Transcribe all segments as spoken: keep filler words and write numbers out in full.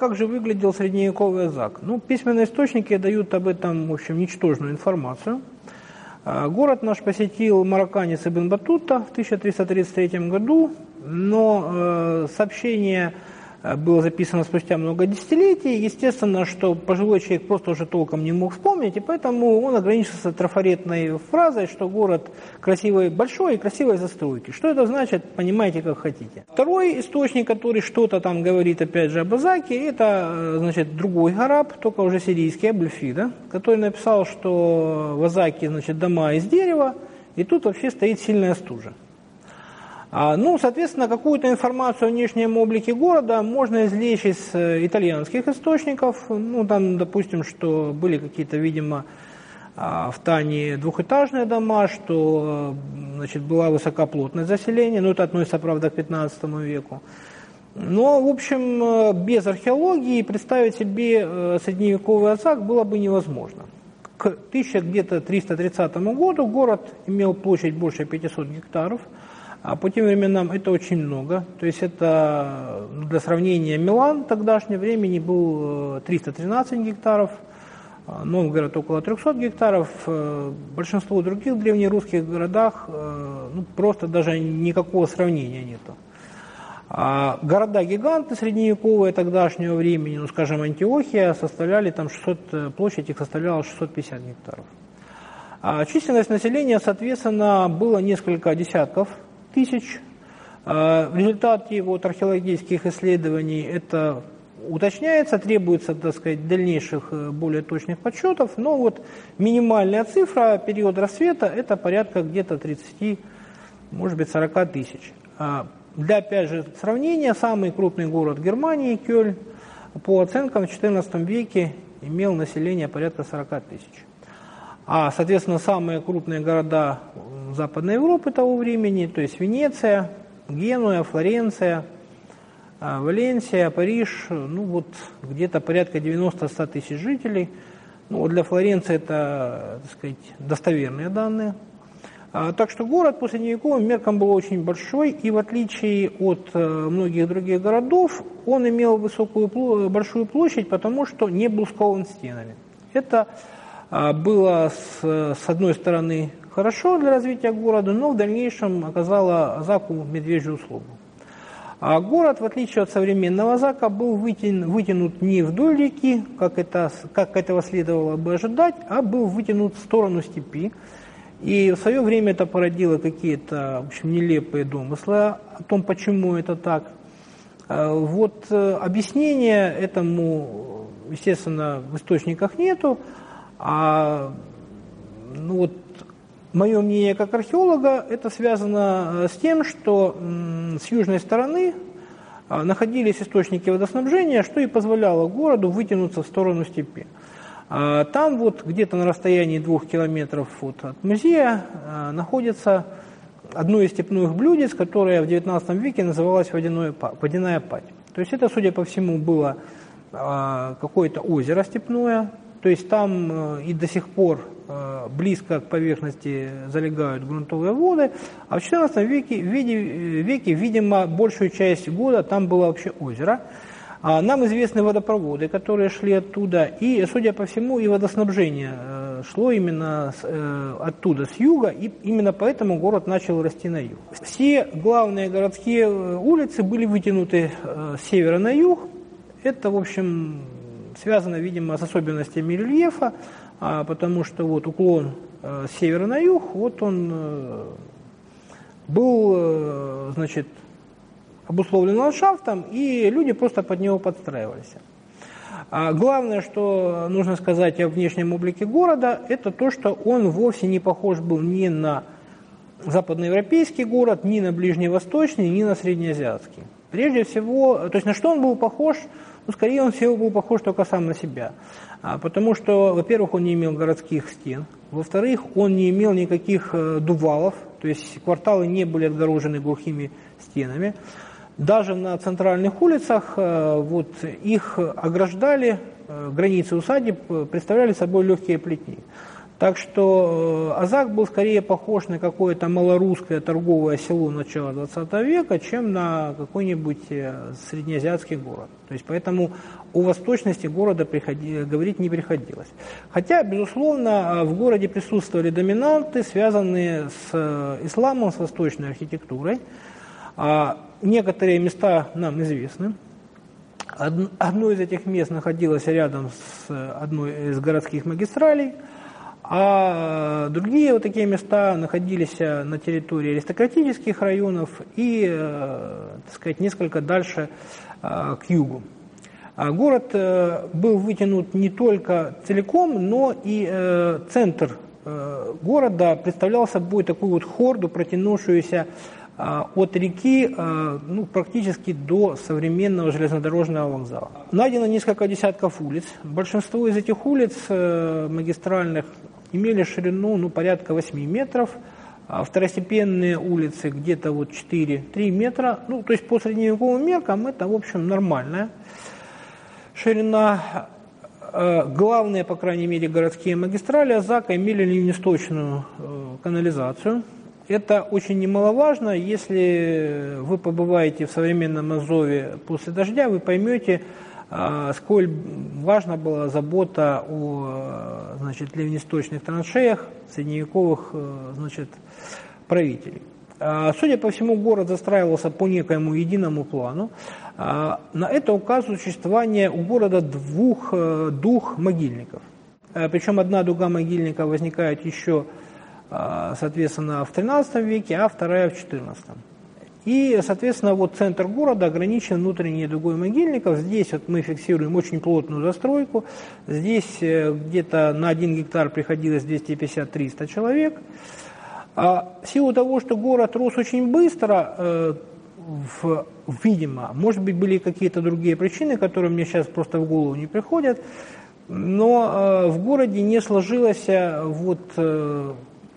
как же выглядел средневековый Азак? Ну, письменные источники дают об этом, в общем, ничтожную информацию. Город наш посетил марокканец Ибн Баттута в тысяча триста тридцать третьем году, но сообщение было записано спустя много десятилетий. Естественно, что пожилой человек просто уже толком не мог вспомнить, и поэтому он ограничился трафаретной фразой, что город красивый, большой и красивой застройки. Что это значит, понимаете, как хотите. Второй источник, который что-то там говорит, опять же, об Азаке, это, значит, другой араб, только уже сирийский, Абуль-Фида, который написал, что в Азаке, значит, дома из дерева, и тут вообще стоит сильная стужа. Ну, соответственно, какую-то информацию о внешнем облике города можно извлечь из итальянских источников. Ну, там, допустим, что были какие-то, видимо, в Тане двухэтажные дома, что, значит, была высокоплотность заселения, но это относится, правда, к пятнадцатому веку. Но, в общем, без археологии представить себе средневековый Азак было бы невозможно. К тысяча триста тридцатому году город имел площадь больше пятисот гектаров. А по тем временам это очень много. То есть это, для сравнения, Милан в тогдашнее времени был триста тринадцать гектаров, Новгород около трехсот гектаров. Большинство других древнерусских городах, ну, просто даже никакого сравнения нету. А города-гиганты средневековые тогдашнего времени, ну, скажем, Антиохия, составляли там шестьсот, площадь их составляла шестьсот пятьдесят гектаров. А численность населения, соответственно, было несколько десятков тысяч. В результате вот археологических исследований это уточняется, требуется, так сказать, дальнейших более точных подсчетов, но вот минимальная цифра, период рассвета, это порядка где-то тридцать, может быть, сорок тысяч. Для, опять же, сравнения, самый крупный город Германии, Кёльн, по оценкам в четырнадцатом веке имел население порядка сорок тысяч. А, соответственно, самые крупные города Западной Европы того времени, то есть Венеция, Генуя, Флоренция, Валенсия, Париж, ну вот где-то порядка девяноста-ста тысяч жителей. Ну, для Флоренции это, так сказать, достоверные данные. А, так что город по средневековым меркам был очень большой, и в отличие от многих других городов, он имел высокую, большую площадь, потому что не был скован стенами. Это было, с, с одной стороны, хорошо для развития города, но в дальнейшем оказало Азаку медвежью услугу. А город, в отличие от современного Азака, был вытян, вытянут не вдоль реки, как, это, как этого следовало бы ожидать, а был вытянут в сторону степи. И в свое время это породило какие-то, в общем, нелепые домыслы о том, почему это так. Вот объяснения этому, естественно, в источниках нету. А ну вот, мое мнение как археолога, это связано с тем, что с южной стороны находились источники водоснабжения, что и позволяло городу вытянуться в сторону степи. Там вот где-то на расстоянии двух километров вот от музея находится одно из степных блюдец, которое в девятнадцатом веке называлось водяное, водяная падь. То есть это, судя по всему, было какое-то озеро степное. То есть там и до сих пор близко к поверхности залегают грунтовые воды, а в четырнадцатом веке, веке, видимо, большую часть года там было вообще озеро. Нам известны водопроводы, которые шли оттуда, и, судя по всему, и водоснабжение шло именно оттуда, с юга, и именно поэтому город начал расти на юг. Все главные городские улицы были вытянуты с севера на юг. Это, в общем, связано, видимо, с особенностями рельефа, а, потому что вот уклон э, с севера на юг, вот он э, был, э, значит, обусловлен ландшафтом, и люди просто под него подстраивались. А главное, что нужно сказать о внешнем облике города, это то, что он вовсе не похож был ни на западноевропейский город, ни на ближневосточный, ни на среднеазиатский. Прежде всего, то есть на что он был похож? Ну, скорее он всего был похож только сам на себя. А, потому что, во-первых, он не имел городских стен, во-вторых, он не имел никаких э, дувалов, то есть кварталы не были отгорожены глухими стенами. Даже на центральных улицах э, вот, их ограждали, э, границы усадеб представляли собой легкие плетни. Так что Азак был скорее похож на какое-то малорусское торговое село начала двадцатого века, чем на какой-нибудь среднеазиатский город. То есть поэтому о восточности города приходи, говорить не приходилось. Хотя, безусловно, в городе присутствовали доминанты, связанные с исламом, с восточной архитектурой. Некоторые места нам известны. Одно из этих мест находилось рядом с одной из городских магистралей, а другие вот такие места находились на территории аристократических районов и, так сказать, несколько дальше к югу. Город был вытянут не только целиком, но и центр города представлял собой такую вот хорду, протянувшуюся от реки ну, практически до современного железнодорожного вокзала. Найдено несколько десятков улиц. Большинство из этих улиц магистральных имели ширину ну, порядка восьми метров, а второстепенные улицы где-то вот четыре-три метра. Ну, то есть по средневековым меркам это, в общем, нормальная ширина. Главные, по крайней мере, городские магистрали Азака имели ливнесточную канализацию. Это очень немаловажно. Если вы побываете в современном Азове после дождя, вы поймете, сколь важна была забота о, значит, ливнесточных траншеях средневековых, значит, правителей. Судя по всему, город застраивался по некоему единому плану. На это указывает существование у города двух дуг могильников. Причем одна дуга могильника возникает еще, соответственно, в тринадцатом веке, а вторая в четырнадцатом. И, соответственно, вот центр города ограничен внутренней дугой могильников. Здесь вот мы фиксируем очень плотную застройку. Здесь где-то на один гектар приходилось двести пятьдесят - триста человек. А в силу того, что город рос очень быстро, э, в, видимо, может быть, были какие-то другие причины, которые мне сейчас просто в голову не приходят, но э, в городе не сложилось вот, э,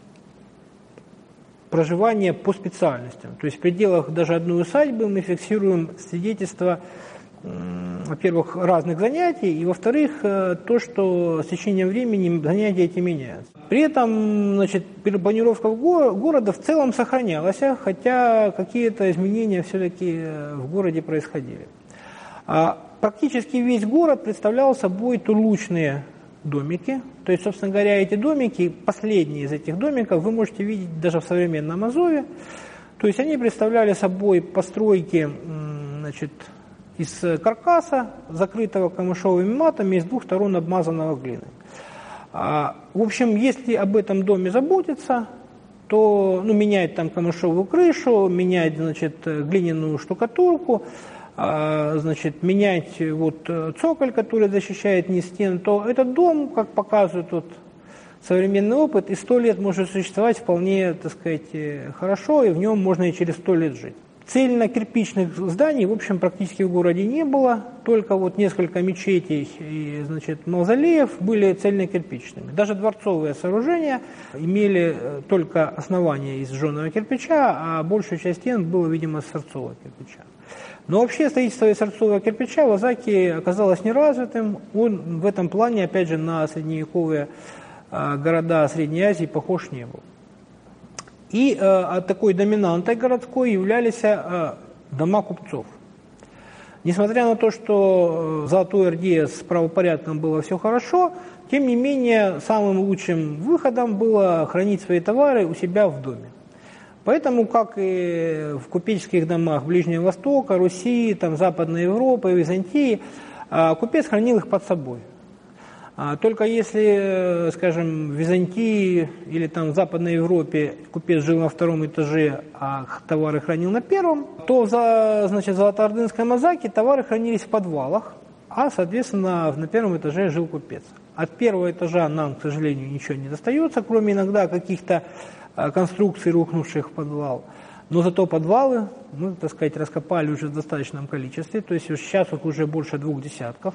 проживание по специальностям. То есть в пределах даже одной усадьбы мы фиксируем свидетельства, э, во-первых, разных занятий, и, во-вторых, э, то, что с течением времени занятия эти меняются. При этом, значит, планировка города в целом сохранялась, хотя какие-то изменения все-таки в городе происходили. А практически весь город представлял собой турлучные домики. То есть, собственно говоря, эти домики, последние из этих домиков, вы можете видеть даже в современном Азове. То есть они представляли собой постройки, значит, из каркаса, закрытого камышовыми матами, и с двух сторон обмазанного глиной. В общем, если об этом доме заботиться, то ну, менять там камышовую крышу, менять, значит, глиняную штукатурку, значит, менять вот цоколь, который защищает низ стен, то этот дом, как показывает вот современный опыт, и сто лет может существовать вполне, так сказать, хорошо, и в нем можно и через сто лет жить. Цельно-кирпичных зданий, в общем, практически в городе не было, только вот несколько мечетей и, значит, мавзолеев были цельно-кирпичными. Даже дворцовые сооружения имели только основание из жженого кирпича, а большая часть стен была, видимо, из сырцового кирпича. Но вообще строительство из сырцового кирпича в Азаке оказалось неразвитым. Он в этом плане, опять же, на средневековые города Средней Азии похож не был. И э, такой доминантой городской являлись э, дома купцов. Несмотря на то, что в Золотой Орде с правопорядком было все хорошо, тем не менее самым лучшим выходом было хранить свои товары у себя в доме. Поэтому, как и в купеческих домах Ближнего Востока, Руси, там, Западной Европы, Византии, э, купец хранил их под собой. Только если, скажем, в Византии или там в Западной Европе купец жил на втором этаже, а товары хранил на первом, то в, значит, в Золотоордынском Азаке товары хранились в подвалах, а, соответственно, на первом этаже жил купец. От первого этажа нам, к сожалению, ничего не достается, кроме иногда каких-то конструкций, рухнувших в подвал. Но зато подвалы мы, так сказать, раскопали уже в достаточном количестве, то есть сейчас их уже больше двух десятков.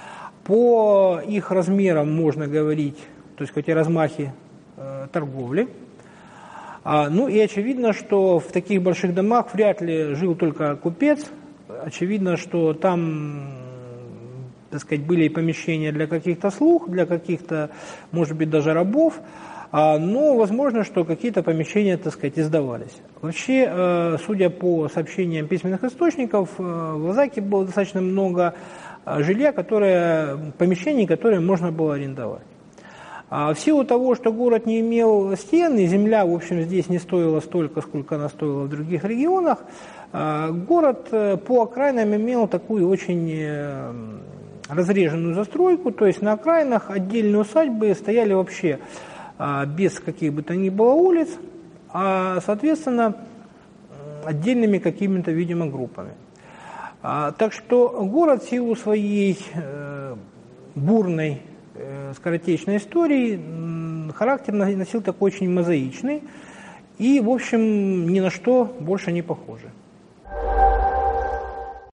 По их размерам можно говорить, то есть какие размахи э, торговли. А, ну и очевидно, что в таких больших домах вряд ли жил только купец. Очевидно, что там так сказать, были и помещения для каких-то слуг, для каких-то, может быть, даже рабов, но возможно, что какие-то помещения, так сказать, издавались. Вообще, судя по сообщениям письменных источников, в Лазаке было достаточно много жилья, которое, помещений, которые можно было арендовать. В силу того, что город не имел стен, и земля, в общем, здесь не стоила столько, сколько она стоила в других регионах, город по окраинам имел такую очень разреженную застройку, то есть на окраинах отдельные усадьбы стояли вообще без каких бы то ни было улиц, а, соответственно, отдельными какими-то, видимо, группами. Так что город в силу своей бурной скоротечной истории характер носил такой очень мозаичный и, в общем, ни на что больше не похожий.